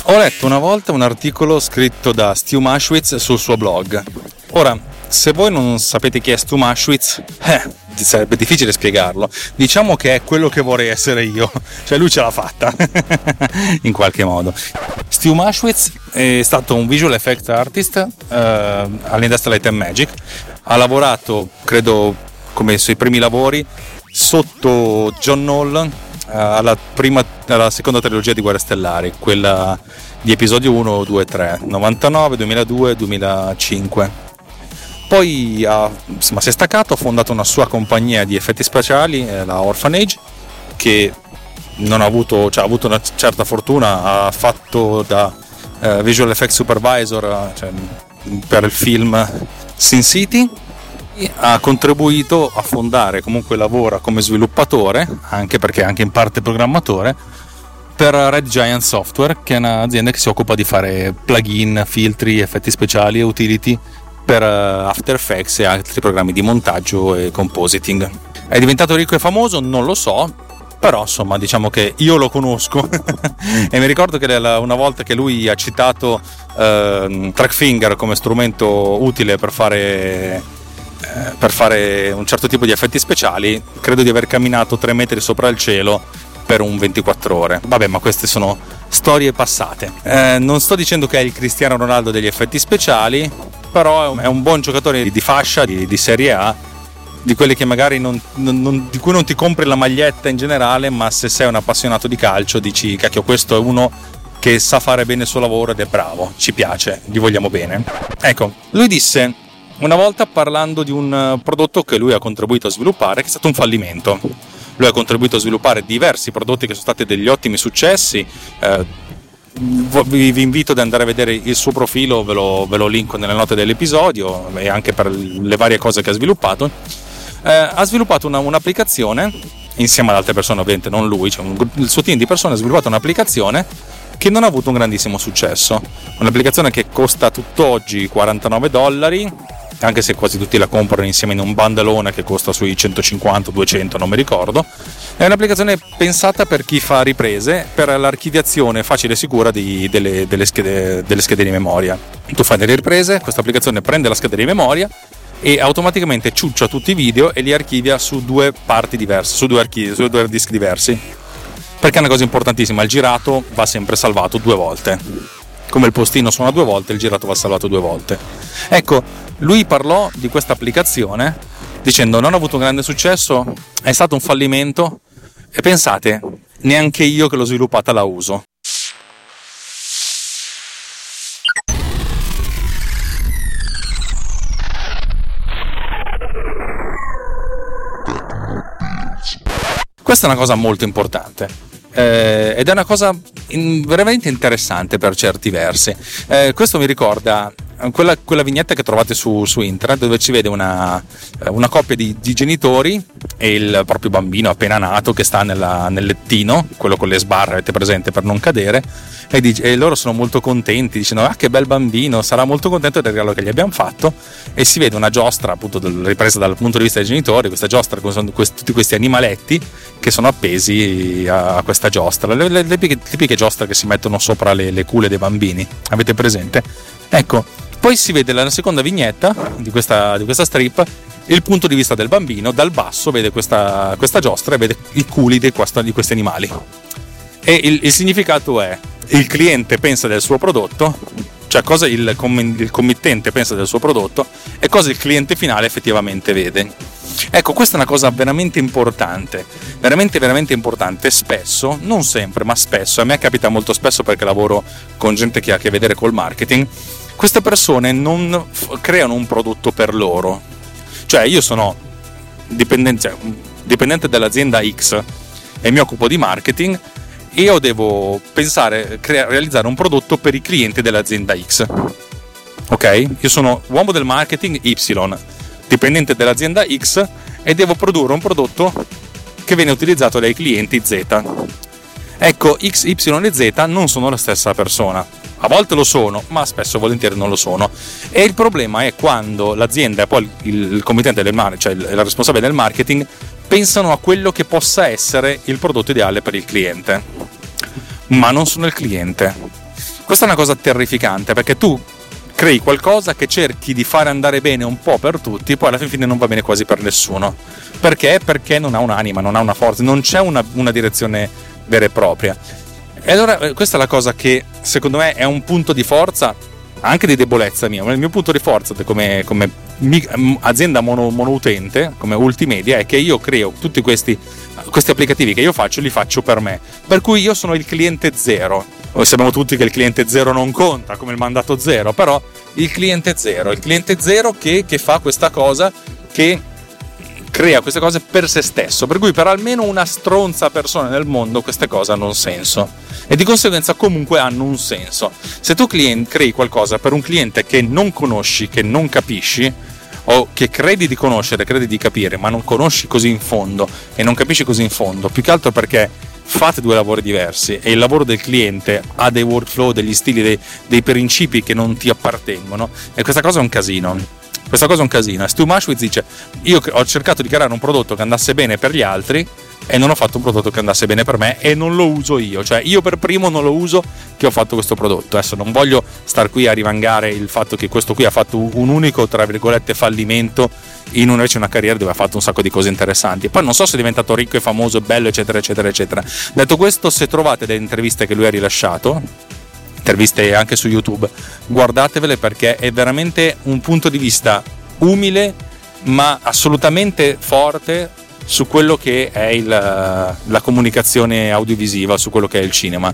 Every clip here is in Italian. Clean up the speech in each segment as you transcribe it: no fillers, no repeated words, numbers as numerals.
Ho letto una volta un articolo scritto da Stu Maschwitz sul suo blog. Ora, se voi non sapete chi è Stu Maschwitz, sarebbe difficile spiegarlo. Diciamo che è quello che vorrei essere io, cioè lui ce l'ha fatta in qualche modo. Stu Maschwitz è stato un visual effect artist all'Industrial Light and Magic. Ha lavorato, credo, come sui primi lavori sotto John Nolan alla seconda trilogia di Guerre Stellari, quella di episodio 1, 2 e 3, 99, 2002, 2005. Poi si è staccato, ha fondato una sua compagnia di effetti speciali, la Orphanage, che non ha avuto, ha avuto una certa fortuna. Ha fatto da visual effects supervisor per il film Sin City. Ha contribuito a fondare, comunque lavora come sviluppatore, anche perché è anche in parte programmatore, per Red Giant Software, che è un'azienda che si occupa di fare plugin, filtri, effetti speciali e utility per After Effects e altri programmi di montaggio e compositing. È diventato ricco e famoso? Non lo so, però insomma diciamo che io lo conosco e mi ricordo che una volta che lui ha citato Trackfinger come strumento utile per fare un certo tipo di effetti speciali, credo di aver camminato 3 metri sopra il cielo per un 24 ore. Vabbè, ma queste sono storie passate. Non sto dicendo che è il Cristiano Ronaldo degli effetti speciali, però è un buon giocatore di fascia, di Serie A, di quelli che magari di cui non ti compri la maglietta in generale, ma se sei un appassionato di calcio dici cacchio, questo è uno che sa fare bene il suo lavoro ed è bravo, ci piace, gli vogliamo bene. Ecco, lui disse una volta, parlando di un prodotto che lui ha contribuito a sviluppare, che è stato un fallimento. Lui ha contribuito a sviluppare diversi prodotti che sono stati degli ottimi successi. Vi invito ad andare a vedere il suo profilo, ve lo linko nelle note dell'episodio, e anche per le varie cose che ha sviluppato. Ha sviluppato un'applicazione insieme ad altre persone, ovviamente non lui, il suo team di persone ha sviluppato un'applicazione che non ha avuto un grandissimo successo. Un'applicazione che costa tutt'oggi $49, anche se quasi tutti la comprano insieme in un bundleone che costa sui 150-200, non mi ricordo. È un'applicazione pensata per chi fa riprese, per l'archiviazione facile e sicura delle schede di memoria. Tu fai delle riprese, questa applicazione prende la scheda di memoria e automaticamente ciuccia tutti i video e li archivia su 2 parti diverse, su 2 hard disk diversi. Perché è una cosa importantissima, il girato va sempre salvato 2 volte. Come il postino suona 2 volte, il girato va salvato 2 volte. Ecco, lui parlò di questa applicazione dicendo non ha avuto un grande successo, è stato un fallimento, e pensate, neanche io che l'ho sviluppata la uso. Questa è una cosa molto importante. Ed è una cosa veramente interessante per certi versi. Questo mi ricorda quella vignetta che trovate su internet, dove ci vede una coppia di genitori e il proprio bambino appena nato che sta nel lettino, quello con le sbarre, avete presente, per non cadere, e loro sono molto contenti, dicono che bel bambino, sarà molto contento del regalo che gli abbiamo fatto, e si vede una giostra appunto ripresa dal punto di vista dei genitori, questa giostra con tutti questi animaletti che sono appesi a questa giostra, le tipiche giostre che si mettono sopra le culle dei bambini, avete presente? Ecco, poi si vede la seconda vignetta di questa strip, il punto di vista del bambino, dal basso vede questa giostra e vede i culi di questi animali. E il significato è: il cliente pensa del suo prodotto, cioè cosa il committente pensa del suo prodotto e cosa il cliente finale effettivamente vede. Ecco, questa è una cosa veramente importante, veramente veramente importante. Spesso, non sempre, ma spesso, a me capita molto spesso perché lavoro con gente che ha a che vedere col marketing, queste persone non creano un prodotto per loro. Cioè, io sono dipendente dell'azienda X e mi occupo di marketing, e io devo pensare, realizzare un prodotto per i clienti dell'azienda X. Ok? Io sono uomo del marketing Y, dipendente dell'azienda X, e devo produrre un prodotto che viene utilizzato dai clienti Z. Ecco, X, Y e Z non sono la stessa persona. A volte lo sono, ma spesso e volentieri non lo sono. E il problema è quando l'azienda e poi il committente del marketing, cioè il responsabile del marketing, pensano a quello che possa essere il prodotto ideale per il cliente, ma non sono il cliente. Questa è una cosa terrificante, perché tu crei qualcosa che cerchi di fare andare bene un po' per tutti, poi alla fine non va bene quasi per nessuno. Perché? Perché non ha un'anima, non ha una forza, non c'è una direzione vera e propria. E allora questa è la cosa che secondo me è un punto di forza, anche di debolezza mia. Il mio punto di forza come azienda monoutente, come Ultimedia, è che io creo tutti questi applicativi che io faccio, li faccio per me. Per cui io sono il cliente zero. Sappiamo tutti che il cliente zero non conta, come il mandato zero, però il cliente zero che fa questa cosa, che crea queste cose per se stesso, per cui per almeno una stronza persona nel mondo queste cose hanno un senso e di conseguenza comunque hanno un senso. Se tu crei qualcosa per un cliente che non conosci, che non capisci, o che credi di conoscere, credi di capire, ma non conosci così in fondo e non capisci così in fondo, più che altro perché fate due lavori diversi e il lavoro del cliente ha dei workflow, degli stili, dei principi che non ti appartengono, e questa cosa è un casino. Questa cosa è un casino. Stu Maschwitz dice: io ho cercato di creare un prodotto che andasse bene per gli altri e non ho fatto un prodotto che andasse bene per me, e non lo uso io, cioè io per primo non lo uso, che ho fatto questo prodotto. Adesso non voglio star qui a rivangare il fatto che questo qui ha fatto un unico, tra virgolette, fallimento in invece una carriera dove ha fatto un sacco di cose interessanti. Poi non so se è diventato ricco e famoso, bello, eccetera eccetera eccetera. Detto questo, se trovate delle interviste che lui ha rilasciato, interviste anche su YouTube, guardatevele, perché è veramente un punto di vista umile ma assolutamente forte su quello che è la comunicazione audiovisiva, su quello che è il cinema.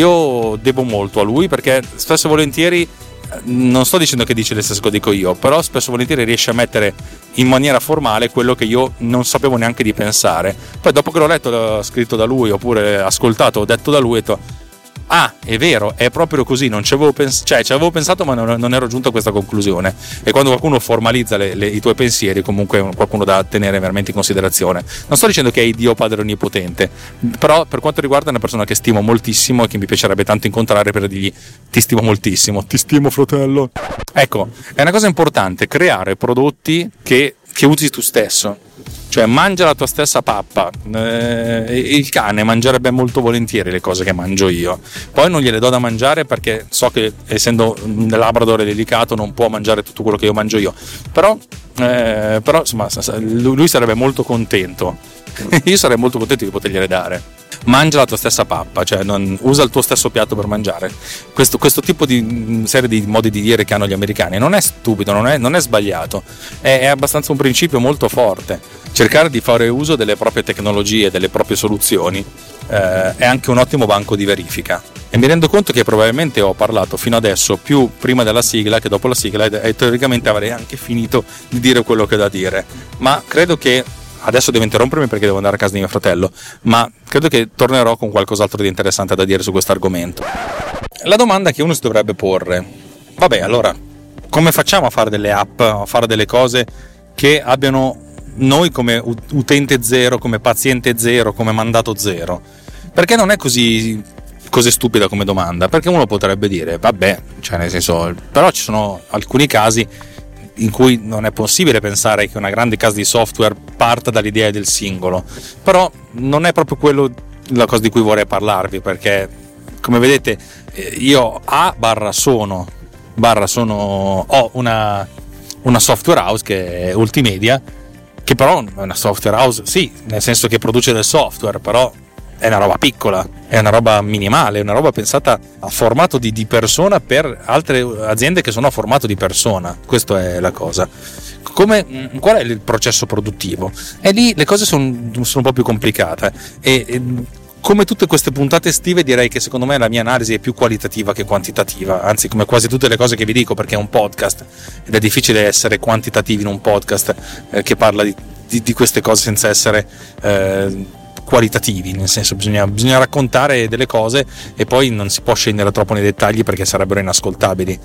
Io devo molto a lui, perché spesso e volentieri, non sto dicendo che dice le stesse cose che dico io, però spesso e volentieri riesce a mettere in maniera formale quello che io non sapevo neanche di pensare. Poi dopo che l'ho letto scritto da lui, oppure ascoltato o detto da lui, ho detto: ah, è vero, è proprio così, non ci avevo ci avevo pensato, ma non ero giunto a questa conclusione. E quando qualcuno formalizza i tuoi pensieri, comunque è qualcuno da tenere veramente in considerazione. Non sto dicendo che è Dio Padre Onnipotente, però per quanto riguarda è una persona che stimo moltissimo e che mi piacerebbe tanto incontrare per dirgli: ti stimo moltissimo, ti stimo fratello. Ecco, è una cosa importante creare prodotti che usi tu stesso. Cioè, mangia la tua stessa pappa. Il cane mangerebbe molto volentieri le cose che mangio io. Poi non gliele do da mangiare perché so che, essendo un Labrador delicato, non può mangiare tutto quello che io mangio io. Però insomma, lui sarebbe molto contento. Io sarei molto contento di potergliele dare. Mangia la tua stessa pappa, cioè usa il tuo stesso piatto per mangiare. Questo tipo di serie di modi di dire che hanno gli americani non è stupido, non è sbagliato, è abbastanza un principio molto forte. Cercare di fare uso delle proprie tecnologie, delle proprie soluzioni, è anche un ottimo banco di verifica. E mi rendo conto che probabilmente ho parlato fino adesso più prima della sigla che dopo la sigla, e teoricamente avrei anche finito di dire quello che ho da dire, ma credo che adesso devo interrompermi perché devo andare a casa di mio fratello, ma credo che tornerò con qualcos'altro di interessante da dire su questo argomento. La domanda che uno si dovrebbe porre: vabbè, allora come facciamo a fare delle app, a fare delle cose che abbiano noi come utente zero, come paziente zero, come mandato zero? Perché non è così stupida come domanda, perché uno potrebbe dire: vabbè, cioè nel senso, però ci sono alcuni casi in cui non è possibile pensare che una grande casa di software parta dall'idea del singolo. Però non è proprio quello la cosa di cui vorrei parlarvi, perché come vedete io ho una software house che è Ultimedia, che però è una software house, sì, nel senso che produce del software, però è una roba piccola, è una roba minimale, è una roba pensata a formato di persona per altre aziende che sono a formato di persona. Questa è la cosa. Qual è il processo produttivo? E lì le cose sono un po' più complicate, e come tutte queste puntate estive direi che secondo me la mia analisi è più qualitativa che quantitativa, anzi come quasi tutte le cose che vi dico, perché è un podcast ed è difficile essere quantitativi in un podcast che parla di queste cose senza essere qualitativi, nel senso bisogna raccontare delle cose e poi non si può scendere troppo nei dettagli perché sarebbero inascoltabili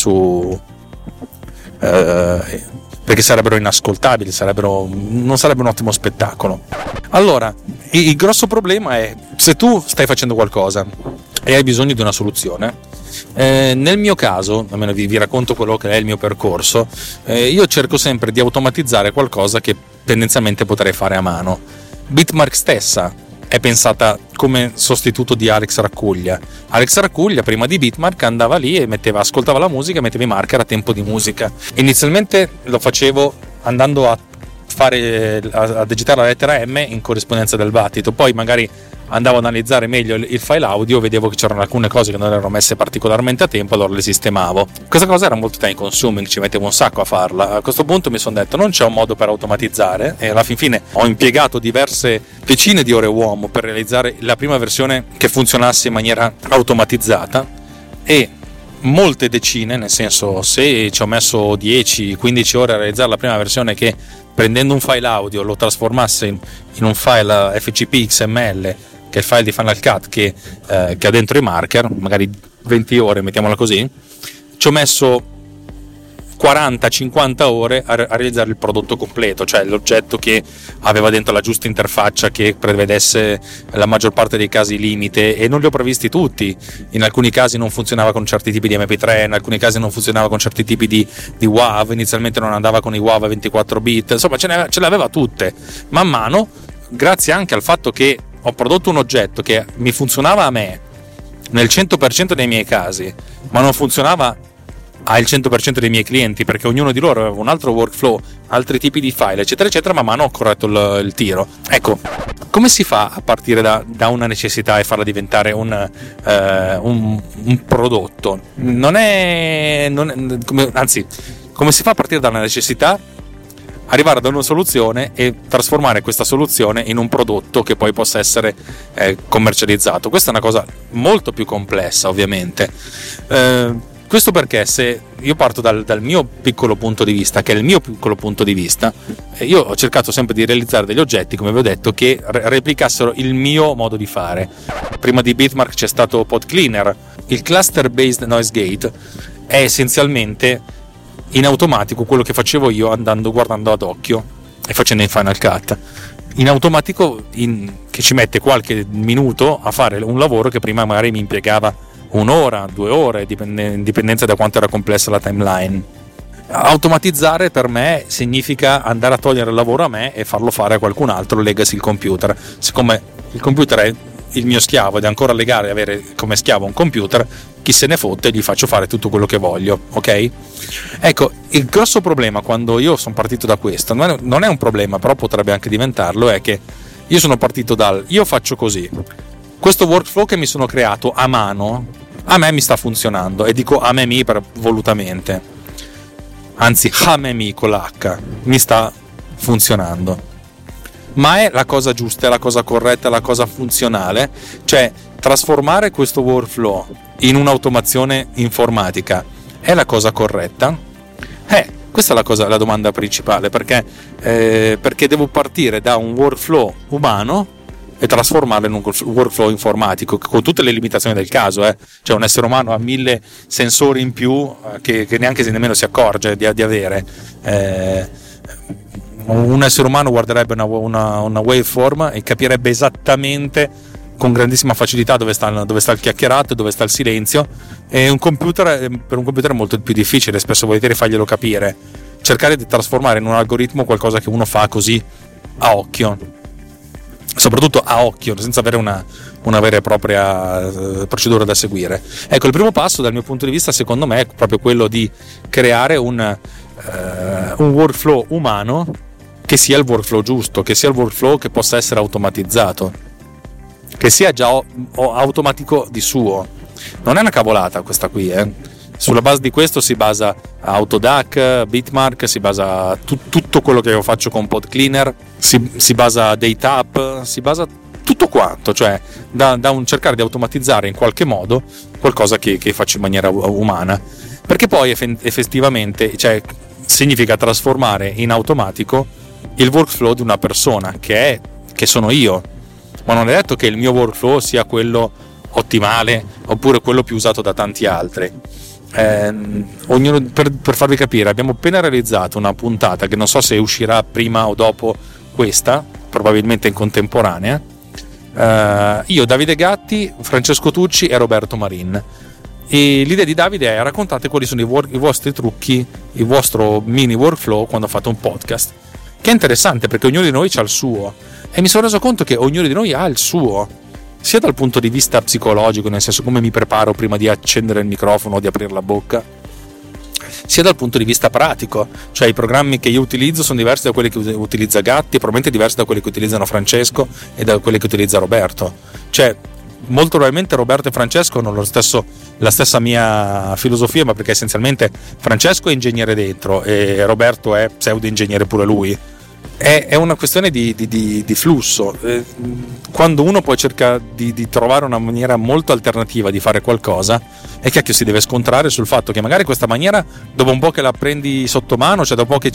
non sarebbe un ottimo spettacolo. Allora, il grosso problema è: se tu stai facendo qualcosa e hai bisogno di una soluzione, nel mio caso, almeno vi racconto quello che è il mio percorso, io cerco sempre di automatizzare qualcosa che tendenzialmente potrei fare a mano. Bitmark stessa è pensata come sostituto di Alex Raccuglia. Alex Raccuglia prima di Bitmark andava lì e ascoltava la musica e metteva i marker a tempo di musica. Inizialmente lo facevo andando a digitare la lettera M in corrispondenza del battito, poi magari andavo ad analizzare meglio il file audio, vedevo che c'erano alcune cose che non erano messe particolarmente a tempo, allora le sistemavo. Questa cosa era molto time consuming, ci mettevo un sacco a farla. A questo punto mi sono detto non c'è un modo per automatizzare, e alla fine ho impiegato diverse decine di ore uomo per realizzare la prima versione che funzionasse in maniera automatizzata, e molte decine, nel senso, se ci ho messo 10-15 ore a realizzare la prima versione che prendendo un file audio lo trasformasse in un file FCP XML, che è il file di Final Cut che ha dentro i marker, magari 20 ore, mettiamola così, ci ho messo 40-50 ore a realizzare il prodotto completo, cioè l'oggetto che aveva dentro la giusta interfaccia, che prevedesse la maggior parte dei casi limite, e non li ho previsti tutti. In alcuni casi non funzionava con certi tipi di MP3, in alcuni casi non funzionava con certi tipi di WAV, inizialmente non andava con i WAV a 24 bit, insomma ce le aveva tutte. Man mano, grazie anche al fatto che ho prodotto un oggetto che mi funzionava a me nel 100% dei miei casi, ma non funzionava al 100% dei miei clienti, perché ognuno di loro aveva un altro workflow, altri tipi di file, eccetera eccetera, man mano ho corretto il tiro. Ecco, come si fa a partire da una necessità e farla diventare un prodotto? Come si fa a partire da una necessità, arrivare ad una soluzione e trasformare questa soluzione in un prodotto che poi possa essere commercializzato? Questa è una cosa molto più complessa, ovviamente. Questo perché, se io parto dal mio piccolo punto di vista, che è il mio piccolo punto di vista, io ho cercato sempre di realizzare degli oggetti, come vi ho detto, che replicassero il mio modo di fare. Prima di Bitmark c'è stato Pod Cleaner. Il cluster based noise gate è essenzialmente in automatico quello che facevo io guardando ad occhio e facendo in Final Cut. In automatico, che ci mette qualche minuto a fare un lavoro che prima magari mi impiegava 1 ora, 2 ore, in dipendenza da quanto era complessa la timeline. Automatizzare per me significa andare a togliere il lavoro a me e farlo fare a qualcun altro, legacy il computer. Siccome il computer è il mio schiavo ed è ancora legale avere come schiavo un computer, chi se ne fotte, gli faccio fare tutto quello che voglio, ok? Ecco, il grosso problema quando io sono partito da questo, non è un problema, però potrebbe anche diventarlo, è che io sono partito io faccio così. Questo workflow che mi sono creato a mano, a me mi sta funzionando, e dico a me volutamente, anzi a me con l'H, mi sta funzionando, ma è la cosa giusta, è la cosa corretta, è la cosa funzionale? Cioè, trasformare questo workflow in un'automazione informatica è la cosa corretta? Questa è la domanda principale, perché devo partire da un workflow umano e trasformarlo in un workflow informatico, con tutte le limitazioni del caso. Cioè, un essere umano ha 1000 sensori in più che neanche nemmeno si accorge di avere. Un essere umano guarderebbe una waveform e capirebbe esattamente con grandissima facilità dove sta il chiacchierato, dove sta il silenzio, e per un computer è molto più difficile spesso volentieri farglielo capire. Cercare di trasformare in un algoritmo qualcosa che uno fa così a occhio, soprattutto a occhio, senza avere una vera e propria procedura da seguire. Ecco, il primo passo dal mio punto di vista, secondo me, è proprio quello di creare un workflow umano che sia il workflow giusto, che sia il workflow che possa essere automatizzato, che sia già automatico di suo. Non è una cavolata questa qui, Sulla base di questo si basa Autodac, Bitmark, si basa tutto quello che io faccio con Pod Cleaner, si basa DataUp, si basa tutto quanto, cioè da un cercare di automatizzare in qualche modo qualcosa che faccio in maniera umana, perché poi effettivamente, cioè, significa trasformare in automatico il workflow di una persona che sono io, ma non è detto che il mio workflow sia quello ottimale oppure quello più usato da tanti altri. Ognuno, per farvi capire, abbiamo appena realizzato una puntata che non so se uscirà prima o dopo questa, probabilmente in contemporanea, io, Davide Gatti, Francesco Tucci e Roberto Marin, e l'idea di Davide è: raccontate quali sono i vostri trucchi, il vostro mini workflow quando fate un podcast. che è interessante perché ognuno di noi ha il suo, e mi sono reso conto che ognuno di noi ha il suo, sia dal punto di vista psicologico, nel senso come mi preparo prima di accendere il microfono o di aprire la bocca, sia dal punto di vista pratico, cioè i programmi che io utilizzo sono diversi da quelli che utilizza Gatti, probabilmente diversi da quelli che utilizzano Francesco e da quelli che utilizza Roberto. Cioè molto probabilmente Roberto e Francesco hanno la stessa mia filosofia, ma perché essenzialmente Francesco è ingegnere dentro e Roberto è pseudo ingegnere pure lui. È una questione di flusso. Quando uno poi cerca di trovare una maniera molto alternativa di fare qualcosa, è che si deve scontrare sul fatto che magari questa maniera, dopo un po' che la prendi sotto mano, cioè dopo un po'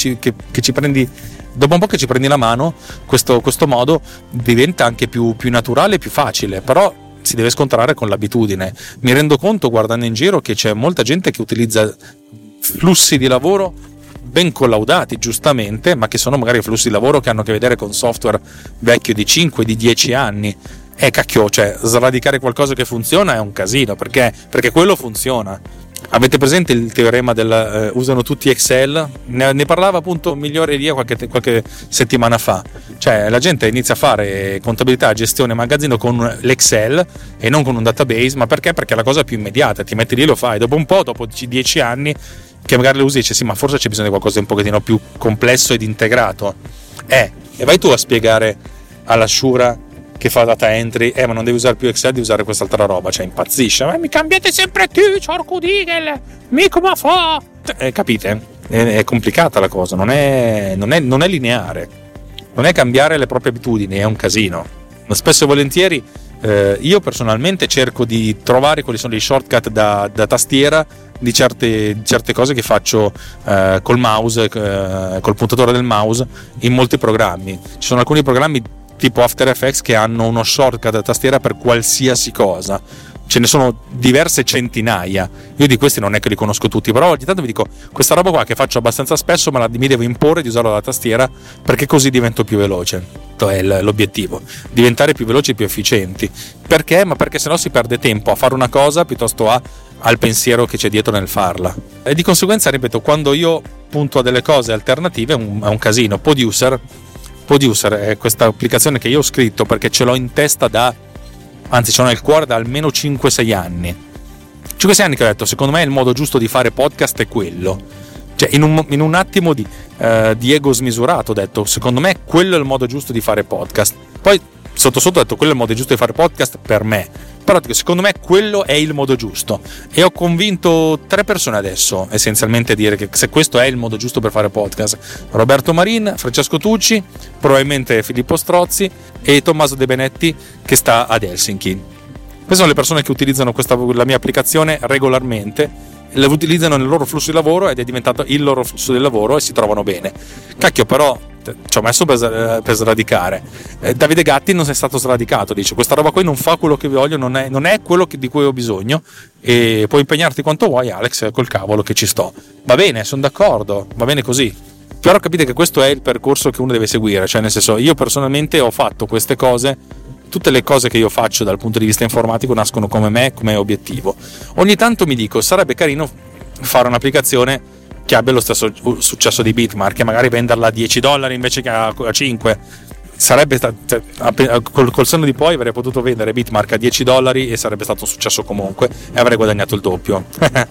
che ci prendi la mano, questo modo diventa anche più naturale e più facile, però si deve scontrare con l'abitudine. Mi rendo conto guardando in giro che c'è molta gente che utilizza flussi di lavoro ben collaudati, giustamente, ma che sono magari flussi di lavoro che hanno a che vedere con software vecchio di 5, di 10 anni. Cacchio, cioè sradicare qualcosa che funziona è un casino, perché quello funziona. Avete presente il teorema del usano tutti Excel? Ne parlava appunto Migliore Elia qualche settimana fa. Cioè la gente inizia a fare contabilità, gestione, magazzino con l'Excel e non con un database, ma perché? Perché è la cosa più immediata, ti metti lì e lo fai. Dopo un po', dopo 10 anni, che magari lo usi e dici sì, ma forse c'è bisogno di qualcosa di un pochettino più complesso ed integrato. E vai tu a spiegare alla Shura che fa data entry, ma non devi usare più Excel, devi usare quest'altra roba, cioè impazzisce. Ma mi cambiate sempre tu, ciorco digel, mi come fa? Capite? È complicata la cosa, non è lineare, non è cambiare le proprie abitudini, è un casino. Ma spesso e volentieri io personalmente cerco di trovare quali sono i shortcut da tastiera di certe cose che faccio col mouse, col puntatore del mouse in molti programmi. Ci sono alcuni programmi tipo After Effects che hanno uno shortcut da tastiera per qualsiasi cosa, ce ne sono diverse centinaia. Io di questi non è che li conosco tutti, però ogni tanto mi dico questa roba qua che faccio abbastanza spesso mi devo imporre di usarla la tastiera perché così divento più veloce. È l'obiettivo, diventare più veloci e più efficienti. Perché? Ma perché sennò si perde tempo a fare una cosa piuttosto al pensiero che c'è dietro nel farla, e di conseguenza, ripeto, quando io punto a delle cose alternative è un casino. Producer è questa applicazione che io ho scritto perché ce l'ho in testa ce l'ho nel cuore da almeno 5-6 anni. 5-6 anni che ho detto, secondo me il modo giusto di fare podcast è quello. Cioè in un attimo di ego smisurato ho detto, secondo me quello è il modo giusto di fare podcast. Poi sotto ho detto, quello è il modo giusto di fare podcast per me. Però secondo me quello è il modo giusto, e ho convinto 3 persone adesso essenzialmente a dire che se questo è il modo giusto per fare podcast: Roberto Marin, Francesco Tucci, probabilmente Filippo Strozzi e Tommaso De Benetti che sta ad Helsinki. Queste sono le persone che utilizzano la mia applicazione regolarmente, la utilizzano nel loro flusso di lavoro ed è diventato il loro flusso di lavoro e si trovano bene. Cacchio, però ci ho messo per sradicare. Davide Gatti non è stato sradicato, dice questa roba qui non fa quello che voglio, non è quello di cui ho bisogno, e puoi impegnarti quanto vuoi, Alex, col cavolo che ci sto. Va bene, sono d'accordo, va bene così, però capite che questo è il percorso che uno deve seguire. Cioè nel senso, io personalmente ho fatto queste cose, tutte le cose che io faccio dal punto di vista informatico nascono come obiettivo. Ogni tanto mi dico, sarebbe carino fare un'applicazione che abbia lo stesso successo di Bitmark, e magari venderla a $10 invece che a 5. Sarebbe col senno di poi avrei potuto vendere Bitmark a $10 e sarebbe stato un successo comunque e avrei guadagnato il doppio.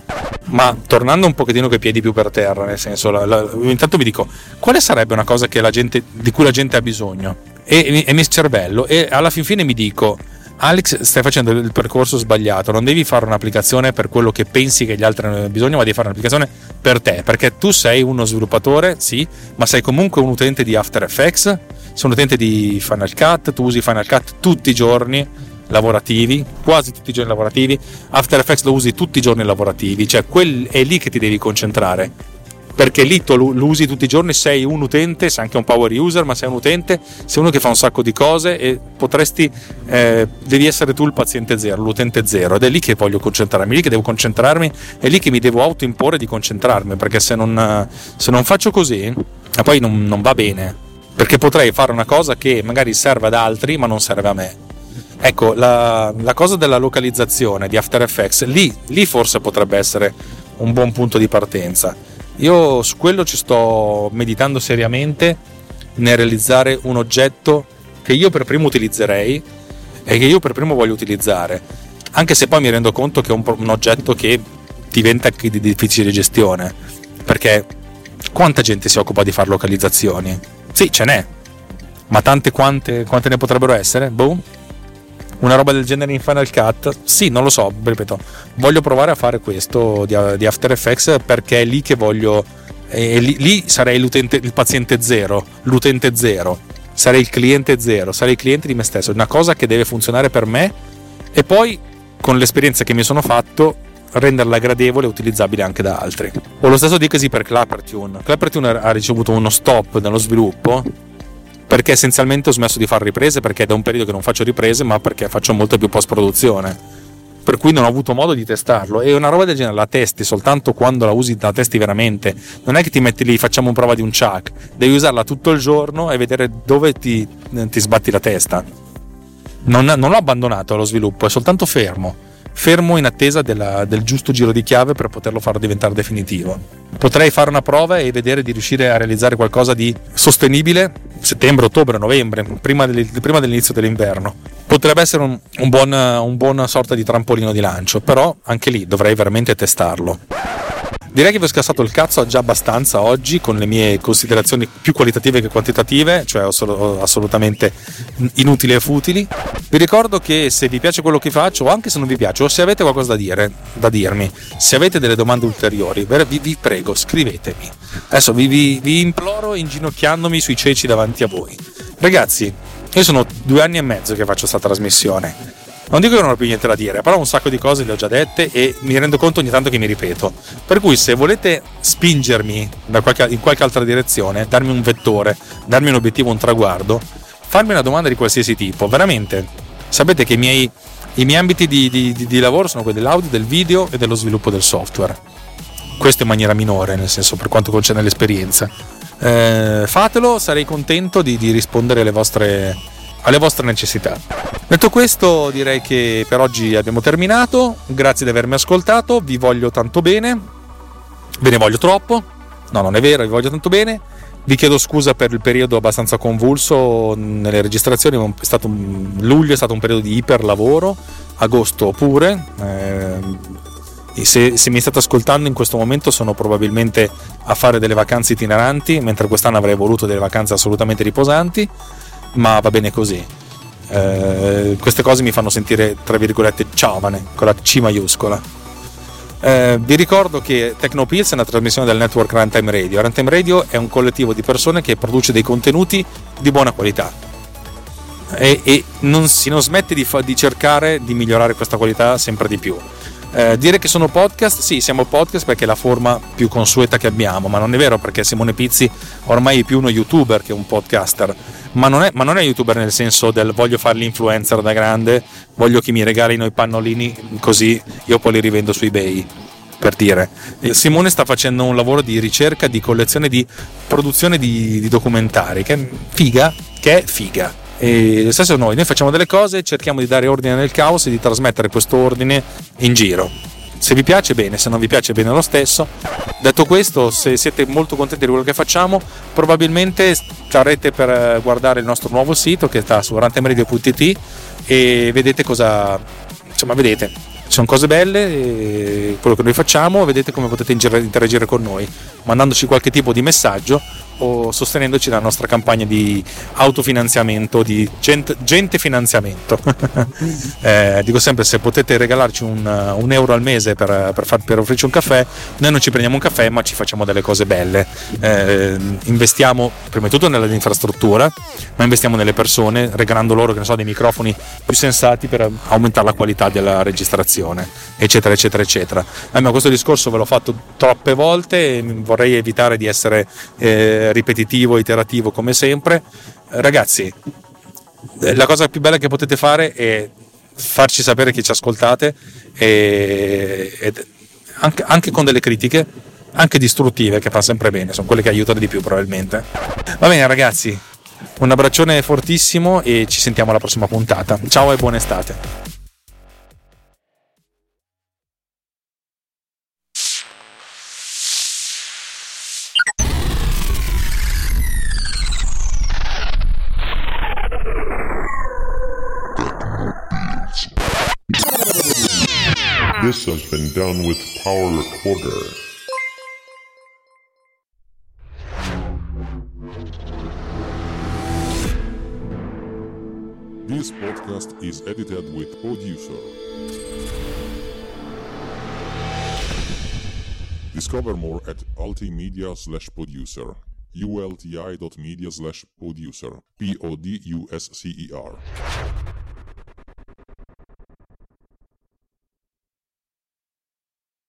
Ma tornando un pochettino coi piedi più per terra, nel senso, intanto mi dico, quale sarebbe una cosa di cui la gente ha bisogno? E mi cervello, e alla fine mi dico, Alex, stai facendo il percorso sbagliato, non devi fare un'applicazione per quello che pensi che gli altri hanno bisogno, ma devi fare un'applicazione per te, perché tu sei uno sviluppatore, sì, ma sei comunque un utente di After Effects, sei un utente di Final Cut, tu usi Final Cut tutti i giorni lavorativi, quasi tutti i giorni lavorativi, After Effects lo usi tutti i giorni lavorativi, cioè è lì che ti devi concentrare, perché lì tu lo usi tutti i giorni, sei un utente, sei anche un power user, ma sei un utente, sei uno che fa un sacco di cose e devi essere tu il paziente zero, l'utente zero, ed è lì che voglio concentrarmi, lì che devo concentrarmi, è lì che mi devo autoimporre di concentrarmi, perché se non faccio così, poi non va bene, perché potrei fare una cosa che magari serve ad altri ma non serve a me. Ecco, la cosa della localizzazione di After Effects, lì forse potrebbe essere un buon punto di partenza. Io su quello ci sto meditando seriamente nel realizzare un oggetto che io per primo utilizzerei e che io per primo voglio utilizzare, anche se poi mi rendo conto che è un oggetto che diventa anche di difficile gestione, perché quanta gente si occupa di fare localizzazioni? Sì, ce n'è, ma quante ne potrebbero essere? Boh. Una roba del genere in Final Cut? Sì, non lo so, ripeto, voglio provare a fare questo di After Effects perché è lì che voglio, lì sarei il paziente zero, l'utente zero, sarei il cliente zero, sarei il cliente di me stesso, una cosa che deve funzionare per me e poi con l'esperienza che mi sono fatto renderla gradevole e utilizzabile anche da altri. O lo stesso dicasi per Clappertune. Clappertune ha ricevuto uno stop nello sviluppo perché essenzialmente ho smesso di fare riprese, perché è da un periodo che non faccio riprese, ma perché faccio molto più post produzione, per cui non ho avuto modo di testarlo. E una roba del genere la testi soltanto quando la usi, la testi veramente, non è che ti metti lì facciamo una prova di un chuck, devi usarla tutto il giorno e vedere dove ti sbatti la testa. Non l'ho abbandonato allo sviluppo, è soltanto fermo in attesa del giusto giro di chiave per poterlo far diventare definitivo. Potrei fare una prova e vedere di riuscire a realizzare qualcosa di sostenibile settembre, ottobre, novembre, prima dell'inizio dell'inverno. Potrebbe essere un buon sorta di trampolino di lancio, però anche lì dovrei veramente testarlo. Direi che vi ho scassato il cazzo già abbastanza oggi con le mie considerazioni più qualitative che quantitative, cioè assolutamente inutili e futili. Vi ricordo che se vi piace quello che faccio, o anche se non vi piace, o se avete qualcosa da dirmi, se avete delle domande ulteriori, vi prego, scrivetemi. Adesso vi imploro inginocchiandomi sui ceci davanti a voi. Ragazzi, io sono 2 anni e mezzo che faccio questa trasmissione. Non dico che non ho più niente da dire, però un sacco di cose le ho già dette e mi rendo conto ogni tanto che mi ripeto. Per cui se volete spingermi in qualche altra direzione, darmi un vettore, darmi un obiettivo, un traguardo, farmi una domanda di qualsiasi tipo, veramente. Sapete che i miei ambiti di lavoro sono quelli dell'audio, del video e dello sviluppo del software. Questo in maniera minore, nel senso, per quanto concerne l'esperienza. Fatelo, sarei contento di rispondere alle vostre necessità. Detto questo, direi che per oggi abbiamo terminato. Grazie di avermi ascoltato, vi voglio tanto bene, ve ne voglio troppo, no, non è vero, vi voglio tanto bene. Vi chiedo scusa per il periodo abbastanza convulso nelle registrazioni, luglio è stato un periodo di iperlavoro, agosto pure. Se mi state ascoltando in questo momento sono probabilmente a fare delle vacanze itineranti, mentre quest'anno avrei voluto delle vacanze assolutamente riposanti, ma va bene così. Queste cose mi fanno sentire tra virgolette giovane con la C maiuscola. Vi ricordo che Technopills è una trasmissione del network Runtime Radio. Runtime Radio è un collettivo di persone che produce dei contenuti di buona qualità e non smette di cercare di migliorare questa qualità sempre di più. Dire che sono podcast, sì, siamo podcast perché è la forma più consueta che abbiamo, ma non è vero, perché Simone Pizzi ormai è più uno youtuber che un podcaster, ma non è youtuber nel senso del voglio fare l'influencer da grande, voglio che mi regalino i pannolini così io poi li rivendo su eBay, per dire. Simone sta facendo un lavoro di ricerca, di collezione, di produzione di documentari che è figa. E lo stesso noi facciamo delle cose, cerchiamo di dare ordine nel caos e di trasmettere questo ordine in giro. Se vi piace bene, se non vi piace bene lo stesso. Detto questo, se siete molto contenti di quello che facciamo, probabilmente starete per guardare il nostro nuovo sito che sta su runtimeradio.it e vedete vedete, ci sono cose belle, quello che noi facciamo, vedete come potete interagire con noi mandandoci qualche tipo di messaggio o sostenendoci nella nostra campagna di autofinanziamento, di gente finanziamento. Dico sempre, se potete regalarci un euro al mese per offrirci un caffè, noi non ci prendiamo un caffè ma ci facciamo delle cose belle. Investiamo prima di tutto nell'infrastruttura, ma investiamo nelle persone, regalando loro dei microfoni più sensati per aumentare la qualità della registrazione, eccetera eccetera eccetera. Ma questo discorso ve l'ho fatto troppe volte e vorrei evitare di essere ripetitivo, iterativo come sempre. Ragazzi, la cosa più bella che potete fare è farci sapere che ci ascoltate e anche con delle critiche, anche distruttive, che fa sempre bene, sono quelle che aiutano di più probabilmente. Va bene ragazzi, un abbraccione fortissimo e ci sentiamo alla prossima puntata. Ciao e buona estate. This has been done with Power Recorder. This podcast is edited with Producer. Discover more at ultimedia/producer. ulti.media/producer. PODUSCER.